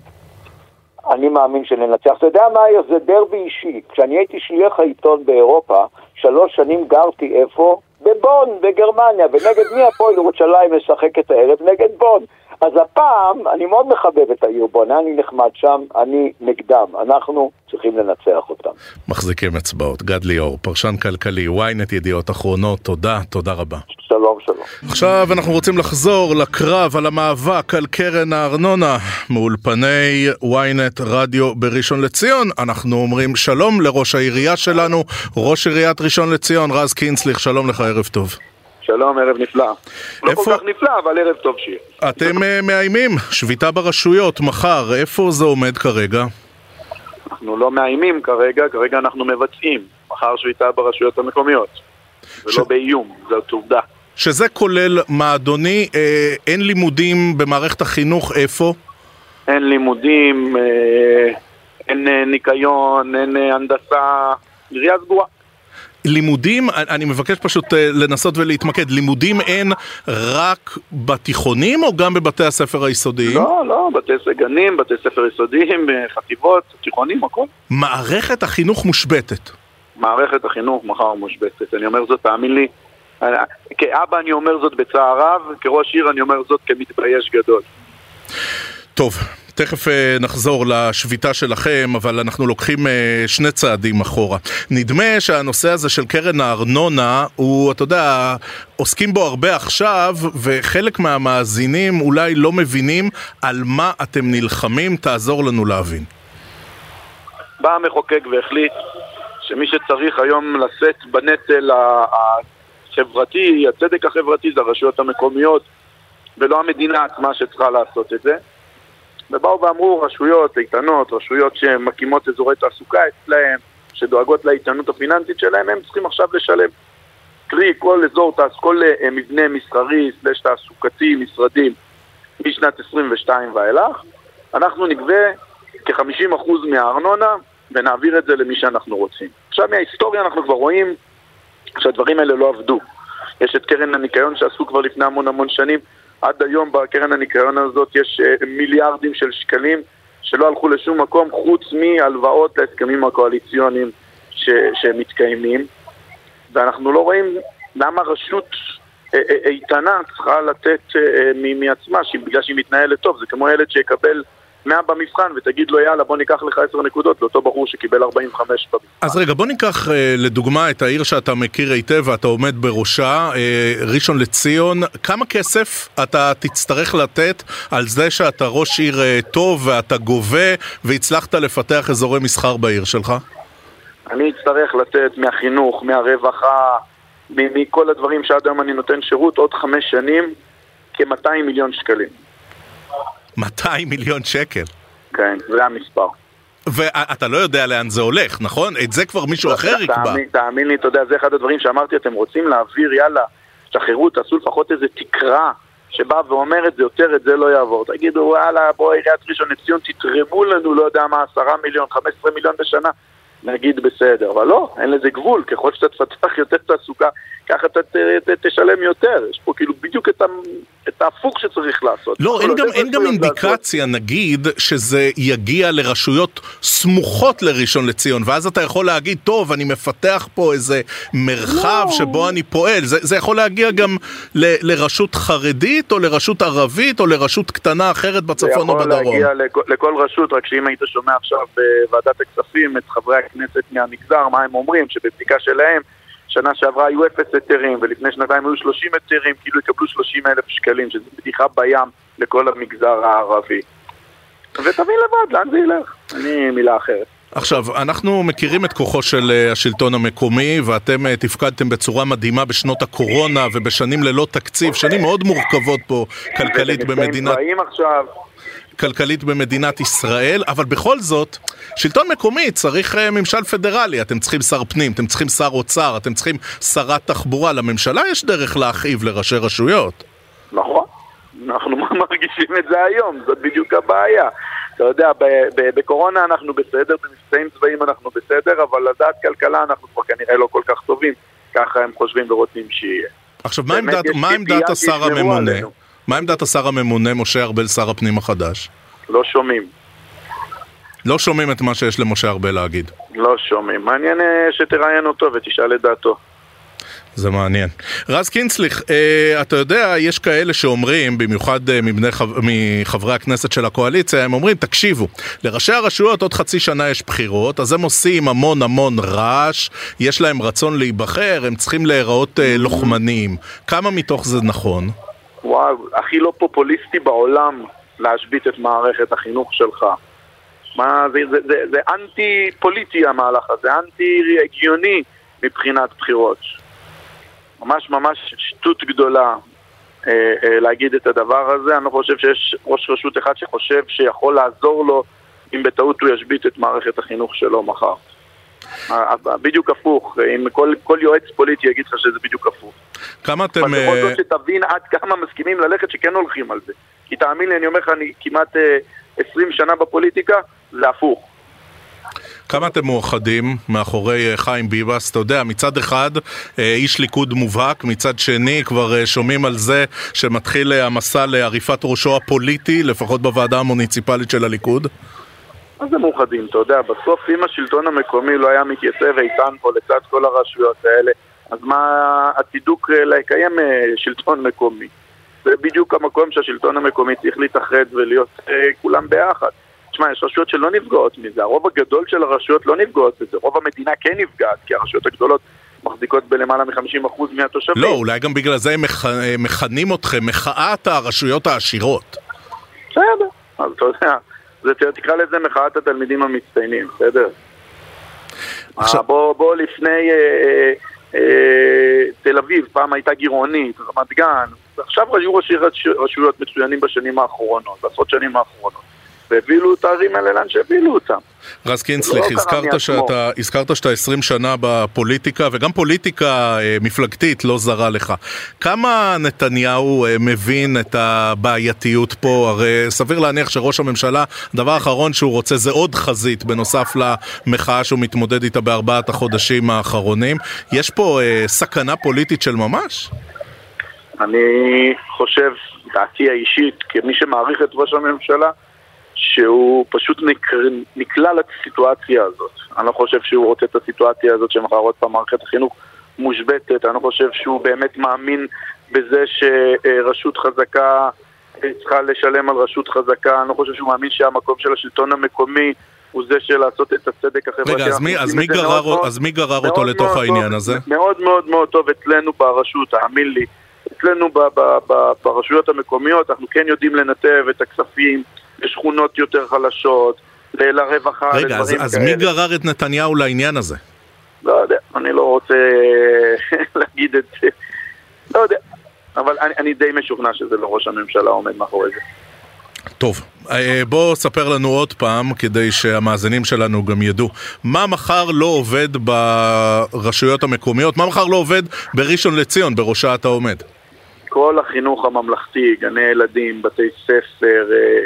אני מאמין שננצח. אתה יודע מה, זה דרבי אישי. כשאני הייתי שליח העיתון באירופה, שלוש שנים גרתי איפה? בבון, בגרמניה, ונגד מי הפועל ירושלים משחק את הערב? נגד בון. אז הפעם, אני מאוד מחבב את העיר בון, אני נחמד שם, אני נגדם, אנחנו צריכים לנצח אותם. מחזיקים אצבעות. גד ליאור, פרשן כלכלי, וויינט ידיעות אחרונות, תודה, תודה רבה. שלום, שלום. עכשיו אנחנו רוצים לחזור לקרב על המאבק על קרן הארנונה, מאולפני וויינט רדיו בראשון לציון. אנחנו אומרים שלום לראש העירייה שלנו, ראש עיריית ראשון לציון, רז קינסליך, שלום לך, ערב טוב. שלום, ערב נפלא. לא כל כך נפלא, אבל ערב טוב שיהיה. אתם מאיימים, שביתה ברשויות, מחר, איפה זה עומד כרגע? אנחנו לא מאיימים כרגע, כרגע אנחנו מבצעים. מחר שביתה ברשויות המקומיות. ולא באיום, זאת עובדה. שזה כולל מה, אדוני? אה, אין לימודים במערכת החינוך, איפה? אין לימודים, אה, אין ניקיון, אין הנדסה, עירייה סגורה. לימודים, אני מבקש פשוט לנסות ולהתמקד, לימודים אין רק בתיכונים או גם בבתי הספר היסודיים? לא, לא, בתי גנים, בתי ספר יסודיים, חטיבות, תיכונים, הכל. מערכת החינוך מושבתת. מערכת החינוך מחר מושבתת. אני אומר זאת, תאמין לי, כאבא אני אומר זאת בצער רב, כראש עיר אני אומר זאת כמתבייש גדול. טוב, תכף נחזור לשביתה שלכם, אבל אנחנו לוקחים שני צעדים אחורה. נדמה שהנושא הזה של קרן הארנונה, הוא, אתה יודע, עוסקים בו הרבה עכשיו, וחלק מהמאזינים אולי לא מבינים על מה אתם נלחמים, תעזור לנו להבין. בא המחוקק והחליט שמי שצריך היום לשאת בנטל החברתי, הצדק החברתי, זה הרשויות המקומיות, ולא המדינה עצמה שצריכה לעשות את זה. ובאו ואמרו רשויות איתנות, רשויות שמקימות אזורי תעסוקה אצלהם, שדואגות לאיתנות הפיננסית שלהם, הם צריכים עכשיו לשלם. קרי, כל אזור תעסוקה, כל מבנה מסחרי, סלש תעסוקתי, משרדים, משנת עשרים ושתיים ואילך, אנחנו נגבה כ-חמישים אחוז מהארנונה, ונעביר את זה למי שאנחנו רוצים. עכשיו מההיסטוריה אנחנו כבר רואים שהדברים האלה לא עבדו. יש את קרן הניקיון שעשו כבר לפני המון המון שנים, עד היום בקרן הניקיון הזאת יש מיליארדים של שקלים שלא הלכו לשום מקום חוץ מהלוואות להסכמים הקואליציוניים ש- שמתקיימים, ואנחנו לא רואים למה רשות איתנה צריכה לתת מעצמה, בגלל שהיא מתנהלת טוב. זה כמו ילד שיקבל מאה במבחן ותגיד לו יאללה בוא ניקח לך עשר נקודות לאותו בחור שקיבל ארבעים וחמש במבחן. אז רגע, בוא ניקח לדוגמה את העיר שאתה מכיר היטב ואתה עומד בראשה, ראשון לציון. כמה כסף אתה תצטרך לתת על זה שאתה ראש עיר טוב ואתה גובה והצלחת לפתח אזורי מסחר בעיר שלך? אני אצטרך לתת מהחינוך, מהרווחה, מכל הדברים שעד היום אני נותן שירות עוד חמש שנים כ-מאתיים מיליון שקלים. מאתיים מיליון שקל. כן, זה המספר. ואתה לא יודע לאן זה הולך, נכון? את זה כבר מישהו אחר יקבע. תאמין, תאמין לי, אתה יודע, זה אחד הדברים שאמרתי, אתם רוצים להעביר, יאללה, שחררו, תעשו לפחות איזה תקרה שבא ואומר את זה יותר, את זה לא יעבור. תגידו, יאללה, בוא עיריית ראשון לציון, תתרמו לנו, לא יודע מה, עשרה מיליון, חמישה עשר מיליון בשנה, נגיד בסדר. אבל לא, אין לזה גבול, ככל שאתה תפתח יותר תעסוקה, ככה אתה תשלם יותר. יש פה כאילו בדיוק את, את ההפוך שצריך לעשות. לא, אין גם, אין גם אינדיקציה, לעשות. נגיד, שזה יגיע לרשויות סמוכות לראשון לציון, ואז אתה יכול להגיד, טוב, אני מפתח פה איזה מרחב לא. שבו אני פועל. זה, זה יכול להגיע גם ל, לרשות חרדית, או לרשות ערבית, או לרשות קטנה אחרת בצפון או בדרום. זה יכול להגיע לכל, לכל רשות, רק שאם היית שומע עכשיו בוועדת הכספים, את חברי הכנסת מהמגזר, מה הם אומרים, שבבדיקה שלהם, שנה שעברה היו אפס היתרים, ולפני שנתיים היו שלושים היתרים, כאילו יקבלו שלושים אלף שקלים, שזה בדיחה בים לכל המגזר הערבי. ותבין לבד, לאן זה ילך? אני מילה אחרת. עכשיו, אנחנו מכירים את כוחו של השלטון המקומי, ואתם תפקדתם בצורה מדהימה בשנות הקורונה, ובשנים ללא תקציב, שנים מאוד מורכבות פה, כלכלית במדינת... עכשיו... כלכלית במדינת ישראל, אבל בכל זאת, שלטון מקומי צריך ממשל פדרלי, אתם צריכים שר פנים, אתם צריכים שר אוצר, אתם צריכים שרת תחבורה, לממשלה יש דרך להכאיב לראשי רשויות. נכון, אנחנו מרגישים את זה היום, זאת בדיוק הבעיה. אתה יודע, בקורונה אנחנו בסדר, במבצעים צבאיים אנחנו בסדר, אבל לדעת כלכלה אנחנו כבר כנראה לא כל כך טובים, ככה הם חושבים ורוצים שיהיה. עכשיו, מה עמדת השר הממונה? מה עמדת השר הממונה, משה ארבל, שר הפנים החדש? לא שומעים. לא שומעים את מה שיש למשה ארבל להגיד. לא שומעים. מעניין שתראיין אותו ותשאל את דעתו. זה מעניין. רז קינסטליך, אה, אתה יודע, יש כאלה שאומרים, במיוחד אה, מבני חב... מחברי הכנסת של הקואליציה, הם אומרים, תקשיבו, לראשי הרשויות עוד חצי שנה יש בחירות, אז הם עושים המון המון רעש, יש להם רצון להיבחר, הם צריכים להיראות אה, לוחמניים. כמה מתוך זה נכון? וואו, הכי לא פופוליסטי בעולם להשבית את מערכת החינוך שלך. מה, זה, זה, זה, זה אנטי פוליטי המהלך הזה, אנטי הגיוני מבחינת בחירות. ממש ממש שטות גדולה אה, אה, להגיד את הדבר הזה. אני לא חושב שיש ראש רשות אחד שחושב שיכול לעזור לו אם בטעות הוא ישבית את מערכת החינוך שלו מחר. בדיוק הפוך, אם כל, כל יועץ פוליטי יגיד לך שזה בדיוק הפוך. כמה אתם... אבל בכל זאת שתבין עד כמה מסכימים ללכת שכן הולכים על זה. כי תאמין לי, אני אומר לך, אני כמעט עשרים שנה בפוליטיקה, זה הפוך. כמה אתם מאוחדים מאחורי חיים ביבס? אתה יודע, מצד אחד איש ליכוד מובהק, מצד שני כבר שומעים על זה שמתחיל המסע לעריפת ראשו הפוליטי, לפחות בוועדה המוניציפלית של הליכוד. מה זה מאוחדים? אתה יודע, בסוף אם השלטון המקומי לא היה מתייצב איתן פה לצד כל הרשויות האלה, אז מה הצידוק לקיים שלטון מקומי? זה בדיוק המקום שהשלטון המקומי צריך להתאחד ולהיות אה, כולם ביחד. תשמע, יש רשויות שלא נפגעות מזה, הרוב הגדול של הרשויות לא נפגעות מזה, רוב המדינה כן נפגעת, כי הרשויות הגדולות מחזיקות בלמעלה מ-חמישים אחוז מהתושבים. לא, אולי גם בגלל זה הם מכ... מכנים אתכם, מחאת הרשויות העשירות. בסדר, אז אתה יודע, זה, תקרא לזה מחאת התלמידים המצטיינים, בסדר? עכשיו... בוא, בוא לפני... אה, אה, תל אביב, פעם הייתה גירעונית, רמת גן, עכשיו היו רשויות מצוינים בשנים האחרונות, בעשרות שנים האחרונות, והבילו את הערים האלה לאן שהבילו אותם. רז קינסליך, הזכרת שאתה, הזכרת שאתה עשרים שנה בפוליטיקה, וגם פוליטיקה מפלגתית לא זרה לך. כמה נתניהו מבין את הבעייתיות פה? הרי סביר להניח שראש הממשלה, הדבר האחרון שהוא רוצה זה עוד חזית, בנוסף למחאה שהוא מתמודד איתה בארבעת החודשים האחרונים. יש פה סכנה פוליטית של ממש? אני חושב, דעתי האישית, כמי שמעריך את ראש הממשלה, שהוא פשוט נקלע לסיטואציה הזאת. אני לא חושב שהוא רוצה את הסיטואציה הזאת שמחר עוד פעם מערכת החינוך מושבתת. אני לא חושב שהוא באמת מאמין בזה שרשות חזקה צריכה לשלם על רשות חזקה. אני לא חושב שהוא מאמין שהמקום של השלטון המקומי הוא זה של לעשות את הצדק החברתי. רגע, אז מי, אז מי גרר, מאוד, אז מי גרר אותו לתוך העניין טוב, הזה? מאוד מאוד מאוד טוב אצלנו ברשות, האמין לי. אצלנו ב- ב- ב- ברשויות המקומיות אנחנו כן יודעים לנתב את הכספים לשכונות יותר חלשות, לרווחה, רגע, אז, אז מי גרר את נתניהו לעניין הזה? לא יודע, אני לא רוצה להגיד את זה, לא יודע, אבל אני, אני די משוכנע שזה לא ראש הממשלה עומד מאחורי זה. טוב, בוא ספר לנו עוד פעם, כדי שהמאזינים שלנו גם ידעו, מה מחר לא עובד ברשויות המקומיות, מה מחר לא עובד בראשון לציון, בראשה אתה עומד? כל החינוך הממלכתי, גני ילדים, בתי ספר,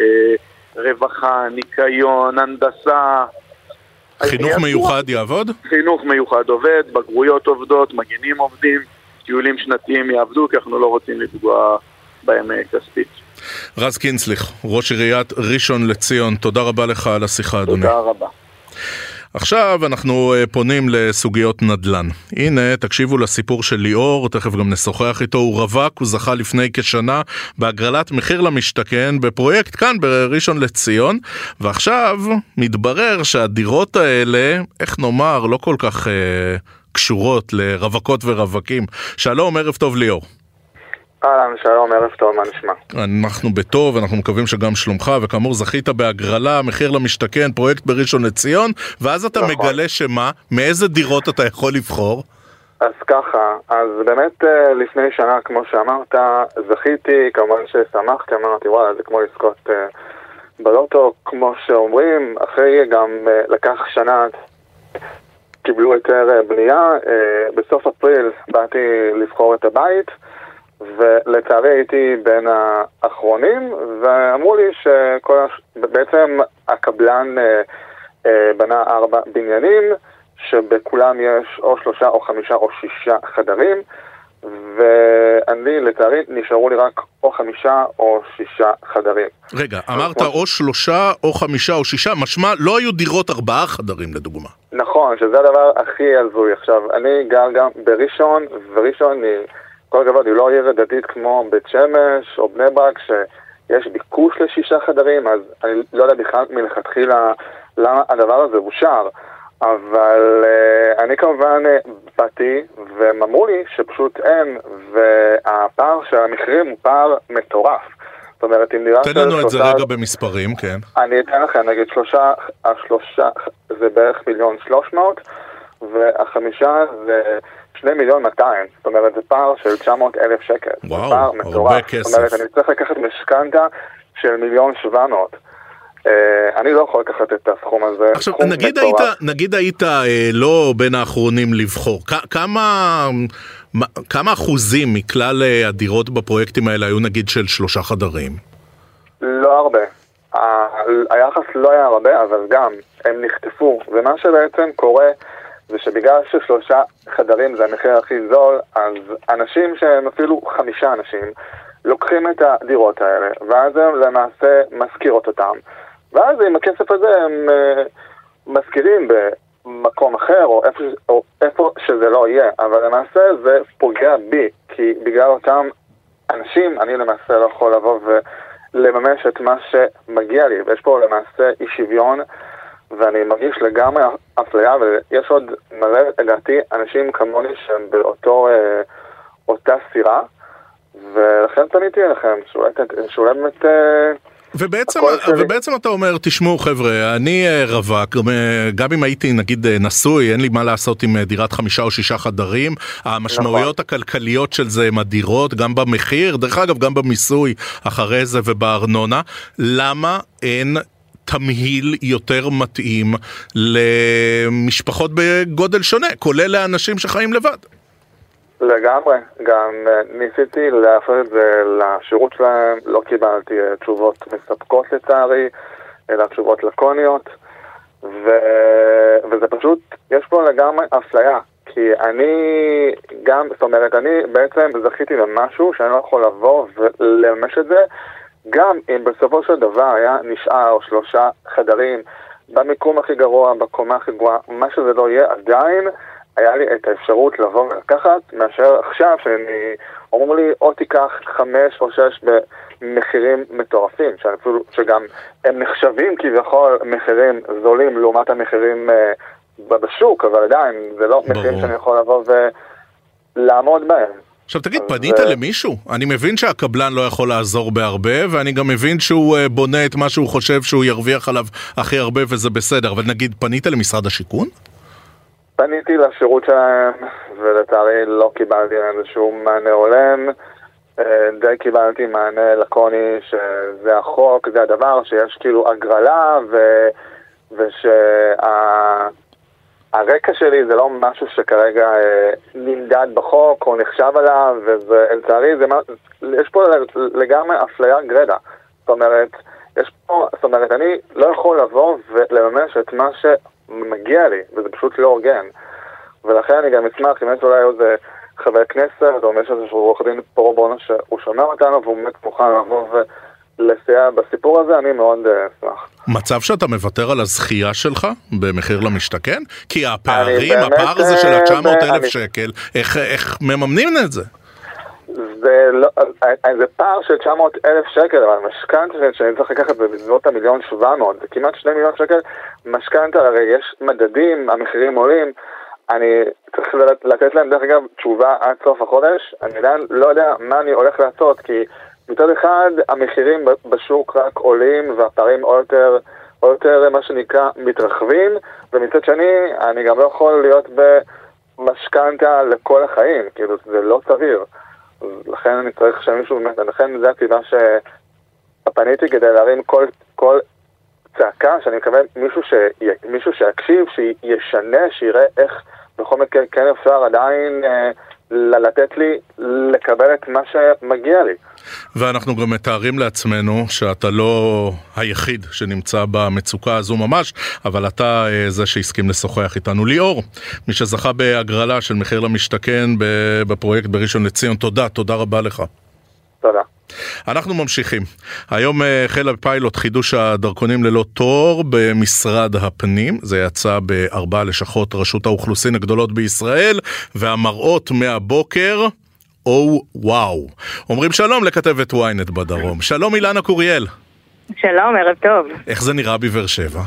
רווחה, ניקיון, הנדסה. חינוך מיוחד יעבוד? חינוך מיוחד עובד, בגרויות עובדות, מגנים עובדים, טיולים שנתיים יעבדו, כי אנחנו לא רוצים לפגוע בהם כספית. רז קינסליך, ראש עיריית ראשון לציון, תודה רבה לך על השיחה, אדוני. תודה רבה. עכשיו אנחנו פונים לסוגיות נדל"ן. הנה, תקשיבו לסיפור של ליאור, תכף גם נשוחח איתו. הוא רווק, הוא זכה לפני כשנה בהגרלת מחיר למשתכן בפרויקט כאן בראשון לציון, ועכשיו מתברר שהדירות האלה, איך נאמר, לא כל כך אה, קשורות לרווקות ורווקים. שלום, ערב טוב ליאור. אהלן, שלום, ערב טוב, מה נשמע? אנחנו בטוב, אנחנו מקווים שגם שלומך, וכאמור זכית בהגרלה, מחיר למשתכן, פרויקט בראשון לציון, ואז אתה נכון. מגלה שמה, מאיזה דירות אתה יכול לבחור? אז ככה, אז באמת לפני שנה, כמו שאמרת, זכיתי, כמובן ששמחתי, אמרתי, וואלה, זה כמו לזכות בלוטו, כמו שאומרים, אחרי גם לקח שנה, קיבלו היתר בנייה, בסוף אפריל באתי לבחור את הבית, ולצערי הייתי בין האחרונים, ואמרו לי שבעצם הקבלן בנה ארבע בניינים, שבכולם יש או שלושה או חמישה או שישה חדרים, ואני לצערי נשארו לי רק או חמישה או שישה חדרים. רגע, אמרת או שלושה או חמישה או שישה, משמע לא היו דירות ארבעה חדרים לדוגמה. נכון, שזה הדבר הכי הזוי. עכשיו, אני גר גם בראשון, וראשון היא... כל הכבוד, היא לא עיר הדתית כמו בית שמש או בני ברק, שיש ביקוש לשישה חדרים, אז אני לא יודע בכלל מלכתחילה למה הדבר הזה אושר, אבל uh, אני כמובן uh, באתי, והם אמרו לי שפשוט אין, והפער של המחירים הוא פער מטורף. זאת אומרת, אם דירה... תן לנו את זה רגע במספרים, כן. אני אתן לכם, נגיד שלושה, השלושה זה בערך מיליון שלוש מאות, והחמישה זה... שני מיליון מאתיים, זאת אומרת, זה פער של תשע מאות אלף שקל. וואו, פער הרבה מטורף. כסף. זאת אומרת, אני צריך לקחת משכנתה של מיליון שבע מאות. Uh, אני לא יכול לקחת את הסכום הזה. עכשיו, נגיד היית, נגיד היית uh, לא בין האחרונים לבחור, כ- כמה, כמה אחוזים מכלל uh, הדירות בפרויקטים האלה היו נגיד של שלושה חדרים? לא הרבה. היחס לא היה הרבה, אבל גם הם נחטפו, ומה שבעצם קורה זה שבגלל ששלושה חדרים זה המחיר הכי זול, אז אנשים שהם אפילו חמישה אנשים לוקחים את הדירות האלה, ואז הם למעשה מזכירות אותם, ואז עם הכסף הזה הם uh, מזכירים במקום אחר, או איפה, או איפה שזה לא יהיה, אבל למעשה זה פוגע בי, כי בגלל אותם אנשים אני למעשה לא יכול לבוא ולממש את מה שמגיע לי, ויש פה למעשה אי שוויון, ואני מרגיש לגמרי אפליה, ויש עוד מלא לדעתי אנשים כמוני שהם באותו אה, אותה סירה, ולכן פניתי אליכם, שאולי באמת... אה, ובעצם, ובעצם אתה אומר, תשמעו חבר'ה, אני רווק, גם אם הייתי נגיד נשוי, אין לי מה לעשות עם דירת חמישה או שישה חדרים, המשמעויות הכלכליות של זה הם אדירות, גם במחיר, דרך אגב גם במיסוי אחרי זה ובארנונה, למה אין תמהיל יותר מתאים למשפחות בגודל שונה, כולל לאנשים שחיים לבד? לגמרי, גם ניסיתי להפוך את זה לשירות שלהם, לא קיבלתי תשובות מספקות לצערי, אלא תשובות לקוניות, ו... וזה פשוט, יש פה לגמרי אפליה, כי אני גם, זאת אומרת, אני בעצם זכיתי למשהו שאני לא יכול לבוא ולממש את זה, גם אם בסופו של דבר היה נשאר שלושה חדרים, במיקום הכי גרוע, בקומה הכי גרוע, מה שזה לא יהיה, עדיין היה לי את האפשרות לבוא ולקחת, מאשר עכשיו שאני, אומרים לי, או תיקח חמש או שש במחירים מטורפים, שאפילו, שגם הם נחשבים כביכול מחירים זולים לעומת המחירים uh, בשוק, אבל עדיין זה לא ברור. מחירים שאני יכול לבוא ולעמוד בהם. עכשיו תגיד, פנית למישהו? אני מבין שהקבלן לא יכול לעזור בהרבה, ואני גם מבין שהוא בונה את מה שהוא חושב שהוא ירוויח עליו הכי הרבה, וזה בסדר, אבל נגיד, פנית למשרד השיכון? פניתי לשירות שלהם, ולצערי לא קיבלתי איזשהו מענה הולם, די קיבלתי מענה לקוני שזה החוק, זה הדבר, שיש כאילו הגרלה, ו... ושה... הרקע שלי זה לא משהו שכרגע אה, נמדד בחוק או נחשב עליו, ולצערי זה מה, יש פה לגמרי אפליה גרדה. זאת אומרת, יש פה, זאת אומרת, אני לא יכול לבוא ולממש את מה שמגיע לי, וזה פשוט לא הוגן. ולכן אני גם אשמח, אם יש אולי איזה חבר כנסת, או מישהו איזשהו עורך דין פרו בונו שהוא שומע אותנו, והוא באמת מוכן לבוא ולסייע בסיפור הזה, אני מאוד אשמח. מצב שאתה מוותר על הזכייה שלך במחיר למשתכן? כי הפערים, הפער הזה של ה-תשע מאות אלף שקל, איך, איך מממנים את זה? זה, לא, זה פער של תשע מאות אלף שקל, אבל משכנתה שאני צריך לקחת בבזנות המיליון שבע מאות, זה כמעט שני מיליון שקל משכנתה, הרי יש מדדים, המחירים עולים, אני צריך לתת להם דרך אגב תשובה עד סוף החודש, אני עדיין לא יודע מה אני הולך לעשות, כי מצד אחד המחירים בשוק רק עולים והפערים עוד יותר, עוד יותר מה שנקרא מתרחבים, ומצד שני אני גם לא יכול להיות במשכנתה לכל החיים, כאילו זה לא סביר. לכן אני צריך שמישהו, לכן זה הסיבה שפניתי כדי להרים כל, כל צעקה, שאני מקווה מישהו, ש... מישהו שיקשיב, שישנה, שיראה איך בכל מקרה כן אפשר עדיין אה, לתת לי לקבל את מה שמגיע לי. ואנחנו גם מתארים לעצמנו שאתה לא היחיד שנמצא במצוקה הזו ממש, אבל אתה זה שהסכים לשוחח איתנו. ליאור, מי שזכה בהגרלה של מחיר למשתכן בפרויקט בראשון לציון, תודה, תודה רבה לך. תודה. אנחנו ממשיכים. היום החל הפיילוט חידוש הדרכונים ללא תור במשרד הפנים. זה יצא בארבע לשכות רשות האוכלוסין הגדולות בישראל, והמראות מהבוקר, או וואו. אומרים שלום לכתבת וויינט בדרום. שלום אילנה קוריאל. שלום, ערב טוב. איך זה נראה בבאר שבע?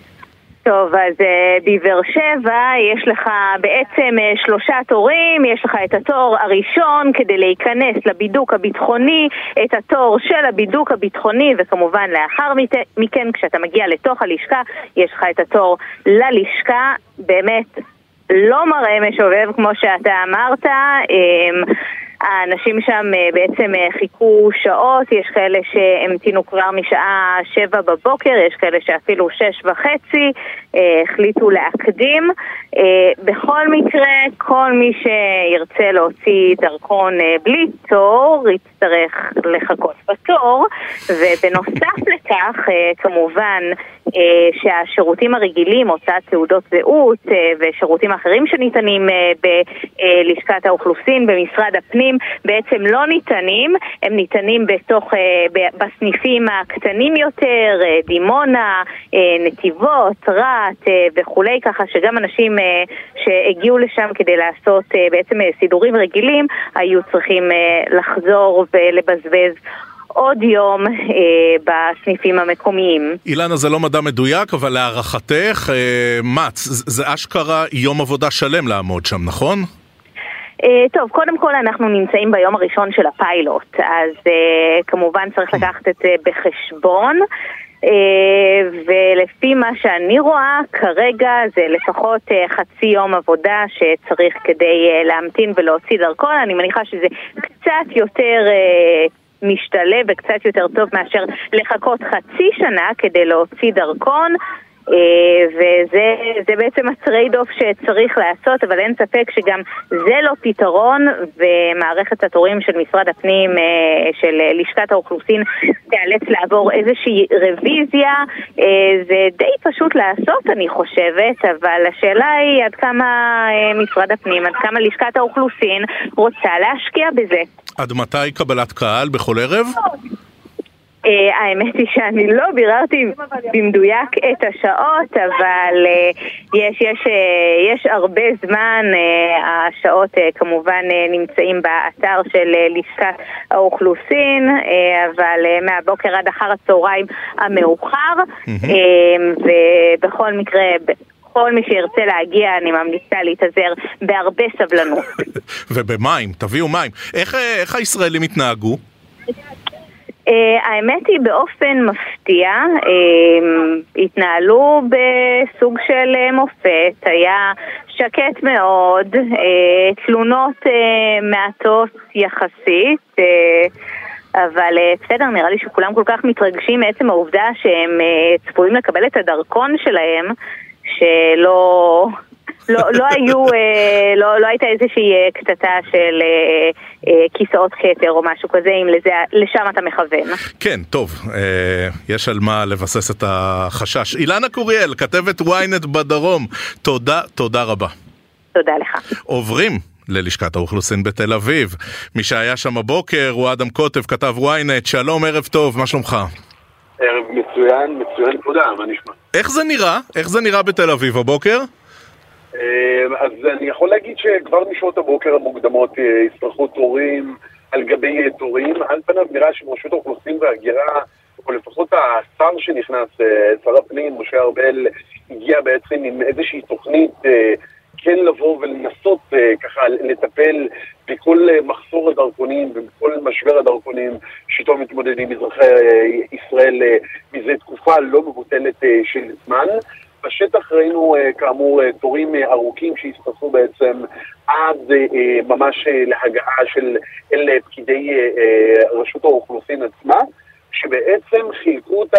טוב, אז uh, בבאר שבע יש לך בעצם uh, שלושה תורים, יש לך את התור הראשון כדי להיכנס לבידוק הביטחוני, את התור של הבידוק הביטחוני, וכמובן לאחר מכן כשאתה מגיע לתוך הלשכה יש לך את התור ללשכה. באמת לא מראה משובב כמו שאתה אמרת, um, האנשים שם בעצם חיכו שעות, יש כאלה שהמתינו כבר משעה שבע בבוקר, יש כאלה שאפילו שש וחצי, החליטו להקדים. בכל מקרה, כל מי שירצה להוציא דרכון בלי תור, יצטרך לחכות בתור, ובנוסף לכך, כמובן, שהשירותים הרגילים, הוצאת תעודות זהות ושירותים אחרים שניתנים בלשכת האוכלוסין, במשרד הפנים, בעצם לא ניתנים, הם ניתנים בתוך, בסניפים הקטנים יותר, דימונה, נתיבות, רעת וכולי, ככה שגם אנשים שהגיעו לשם כדי לעשות בעצם סידורים רגילים, היו צריכים לחזור ולבזבז עוד יום אה, בסניפים המקומיים. אילנה, זה לא מדע מדויק, אבל להערכתך, אה, מה, זה, זה אשכרה יום עבודה שלם לעמוד שם, נכון? אה, טוב, קודם כל אנחנו נמצאים ביום הראשון של הפיילוט, אז אה, כמובן צריך לקחת את זה בחשבון, אה, ולפי מה שאני רואה, כרגע זה לפחות אה, חצי יום עבודה שצריך כדי אה, להמתין ולהוציא דרכון. אני מניחה שזה קצת יותר אה, משתלב וקצת יותר טוב מאשר לחכות חצי שנה כדי להוציא דרכון, וזה זה בעצם הטרייד אוף שצריך לעשות, אבל אין ספק שגם זה לא פתרון, ומערכת התורים של משרד הפנים, של לשכת האוכלוסין, תיאלץ לעבור איזושהי רוויזיה. זה די פשוט לעשות, אני חושבת, אבל השאלה היא עד כמה משרד הפנים, עד כמה לשכת האוכלוסין רוצה להשקיע בזה. עד מתי קבלת קהל בכל ערב? Uh, האמת היא שאני לא ביררתי במדויק את השעות, אבל uh, יש, יש, uh, יש הרבה זמן, uh, השעות uh, כמובן uh, נמצאים באתר של uh, לשכת האוכלוסין, uh, אבל uh, מהבוקר עד אחר הצהריים המאוחר, mm-hmm. uh, ובכל מקרה... כל מי שירצה להגיע, אני ממליצה להתאזר בהרבה סבלנות. ובמים, תביאו מים. איך, איך הישראלים התנהגו? Uh, האמת היא באופן מפתיע, uh, התנהלו בסוג של uh, מופת, היה שקט מאוד, uh, תלונות uh, מעטות יחסית, uh, אבל uh, בסדר, נראה לי שכולם כל כך מתרגשים מעצם העובדה שהם uh, צפויים לקבל את הדרכון שלהם, שלא לא, לא היו, לא, לא הייתה איזושהי קטטה של כיסאות כתר או משהו כזה, אם לזה, לשם אתה מכוון. כן, טוב, יש על מה לבסס את החשש. אילנה קוריאל, כתבת וויינט בדרום, תודה, תודה רבה. תודה לך. עוברים ללשכת האוכלוסין בתל אביב. מי שהיה שם הבוקר הוא אדם קוטב, כתב וויינט. שלום, ערב טוב, מה שלומך? ערב מצוין, מצוין, תודה, מה נשמע? איך זה נראה? איך זה נראה בתל אביב הבוקר? אז אני יכול להגיד שכבר משעות הבוקר המוקדמות יצטרכו תורים על גבי תורים. על פניו נראה שרשות האוכלוסין וההגירה, או לפחות השר שנכנס, שר הפנים, משה ארבל, הגיע בעצם עם איזושהי תוכנית כן לבוא ולנסות ככה לטפל בכל מחסור הדרכונים ובכל משבר הדרכונים שאיתו מתמודדים אזרחי ישראל מזה תקופה לא מבוטלת של זמן. בשטח ראינו כאמור תורים ארוכים שהסתכלו בעצם עד ממש להגעה של אלה פקידי רשות האוכלוסין עצמה, שבעצם חילקו את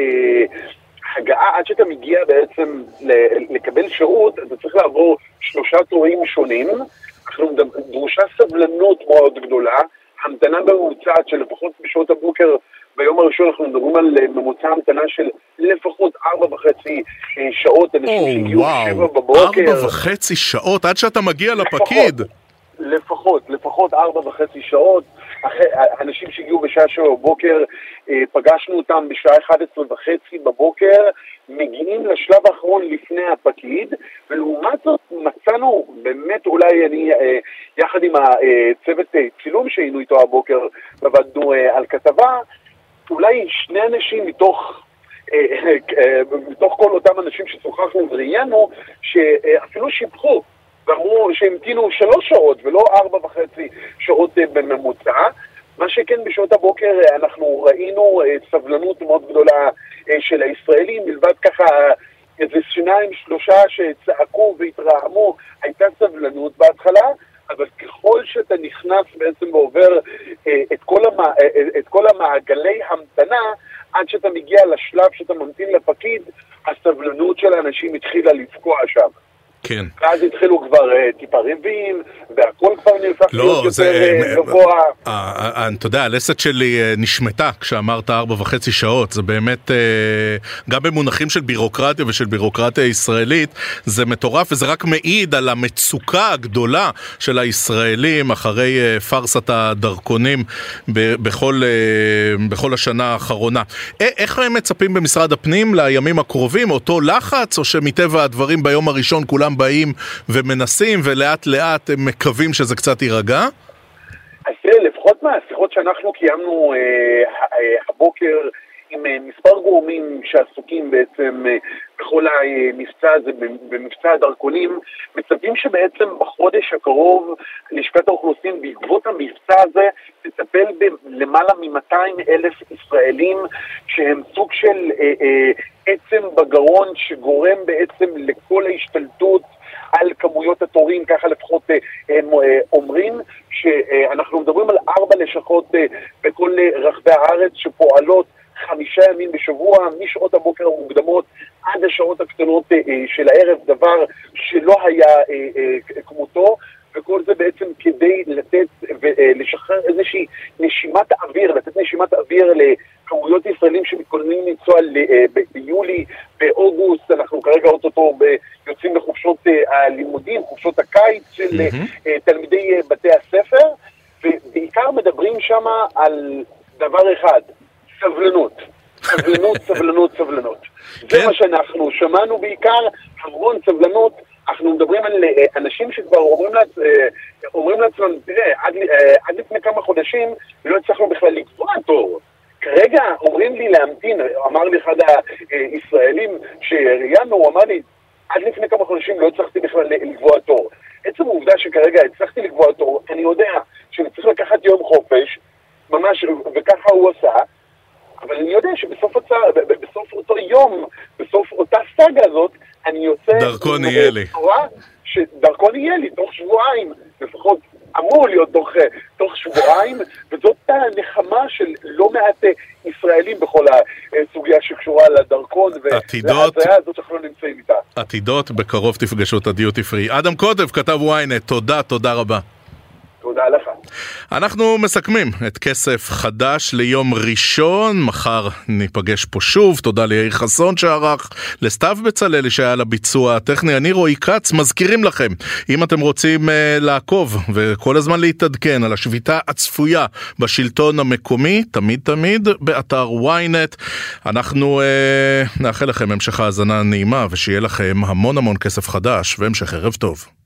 ההגעה עד שאתה מגיע בעצם לקבל שירות, אתה צריך לעבור שלושה תורים שונים. אנחנו דרושה סבלנות מאוד גדולה, המתנה בממוצעת של לפחות בשעות הבוקר. ביום הראשון אנחנו מדברים על ממוצע המתנה של לפחות ארבע וחצי שעות, אנשים שהגיעו שבע בבוקר. ארבע וחצי שעות עד שאתה מגיע לפקיד. לפחות, לפחות ארבע וחצי שעות. אנשים שהגיעו בשעה שבע בבוקר, פגשנו אותם בשעה אחת עשרה וחצי בבוקר, מגיעים לשלב האחרון לפני הפקיד, ולעומת זאת מצאנו, באמת אולי אני, יחד עם הצוות צילום שהיינו איתו הבוקר, עבדנו על כתבה, אולי שני אנשים מתוך, מתוך כל אותם אנשים ששוחחנו וראיינו, שאפילו שיבחו, ואמרו שהמתינו שלוש שעות ולא ארבע וחצי שעות בממוצע. מה שכן בשעות הבוקר אנחנו ראינו סבלנות מאוד גדולה של הישראלים, מלבד ככה איזה שניים שלושה שצעקו והתרעמו, הייתה סבלנות בהתחלה, אבל ככל ככל שאתה נכנס בעצם ועובר את כל, המע... את כל המעגלי המתנה, עד שאתה מגיע לשלב שאתה ממתין לפקיד, הסבלנות של האנשים התחילה לפקוע שם. כן. ואז התחילו כבר uh, טיפה ריבים, והכל כבר נהפך לא, להיות זה, יותר גבוה. Uh, uh, אתה יודע, הלסת שלי uh, נשמתה כשאמרת ארבע וחצי שעות, זה באמת, uh, גם במונחים של בירוקרטיה ושל בירוקרטיה ישראלית, זה מטורף, וזה רק מעיד על המצוקה הגדולה של הישראלים אחרי uh, פרסת הדרכונים ב- בכל, uh, בכל השנה האחרונה. א- איך הם מצפים במשרד הפנים לימים הקרובים? אותו לחץ, או שמטבע הדברים ביום הראשון כולם באים ומנסים, ולאט לאט הם מקווים שזה קצת יירגע? אז תראה, לפחות מהשיחות שאנחנו קיימנו אה, אה, הבוקר עם אה, מספר גורמים שעסוקים בעצם אה, בכל המבצע הזה, במבצע הדרכונים, מצפים שבעצם בחודש הקרוב לשכת האוכלוסין בעקבות המבצע הזה תטפל בלמעלה מ-מאתיים אלף ישראלים שהם סוג של אה, אה, עצם בגרון שגורם בעצם לכל ההשתלטות על כמויות התורים, ככה לפחות הם אומרים, שאנחנו מדברים על ארבע לשכות בכל רחבי הארץ שפועלות חמישה ימים בשבוע, משעות הבוקר המוקדמות עד השעות הקטנות של הערב, דבר שלא היה כמותו, וכל זה בעצם כדי לתת ולשחרר איזושהי נשימת האוויר, לתת נשימת האוויר לכמויות ישראלים שמתכוננים לנסוע ביולי, באוגוסט, אנחנו כרגע אותו יוצאים לחופשות הלימודים, חופשות הקיץ של תלמידי בתי הספר, ובעיקר מדברים שם על דבר אחד, סבלנות. סבלנות, סבלנות, סבלנות. זה מה שאנחנו שמענו בעיקר, המון סבלנות. אנחנו מדברים על אנשים שכבר אומרים, לעצ... אומרים לעצמם, תראה, עד, עד לפני כמה חודשים לא הצלחנו בכלל לקבוע תור. כרגע אומרים לי להמתין, אמר לי אחד הישראלים שראיינו, הוא אמר לי, עד לפני כמה חודשים לא הצלחתי בכלל לקבוע תור. עצם העובדה שכרגע הצלחתי לקבוע תור, אני יודע שאני צריך לקחת יום חופש, ממש, וככה הוא עשה, אבל אני יודע שבסוף הצע, בסוף אותו יום, בסוף אותה סאגה הזאת, אני יוצא... דרכון יהיה לי. שדרכון יהיה לי, תוך שבועיים, לפחות אמור להיות תוך, תוך שבועיים, וזאת הנחמה של לא מעט ישראלים בכל הסוגיה שקשורה לדרכון, וההזיה הזאת שאנחנו נמצאים איתה. עתידות, בקרוב תפגשו את הדיוטי פרי. אדם קוטב, כתב וויינט, תודה, תודה רבה. תודה לך. אנחנו מסכמים את כסף חדש ליום ראשון, מחר ניפגש פה שוב, תודה ליאיר חסון שערך, לסתיו בצללי שהיה לביצוע הטכני, אני רועי קץ, מזכירים לכם, אם אתם רוצים uh, לעקוב וכל הזמן להתעדכן על השביתה הצפויה בשלטון המקומי, תמיד תמיד באתר וויינט, אנחנו uh, נאחל לכם המשך האזנה נעימה, ושיהיה לכם המון המון כסף חדש, והמשך ערב טוב.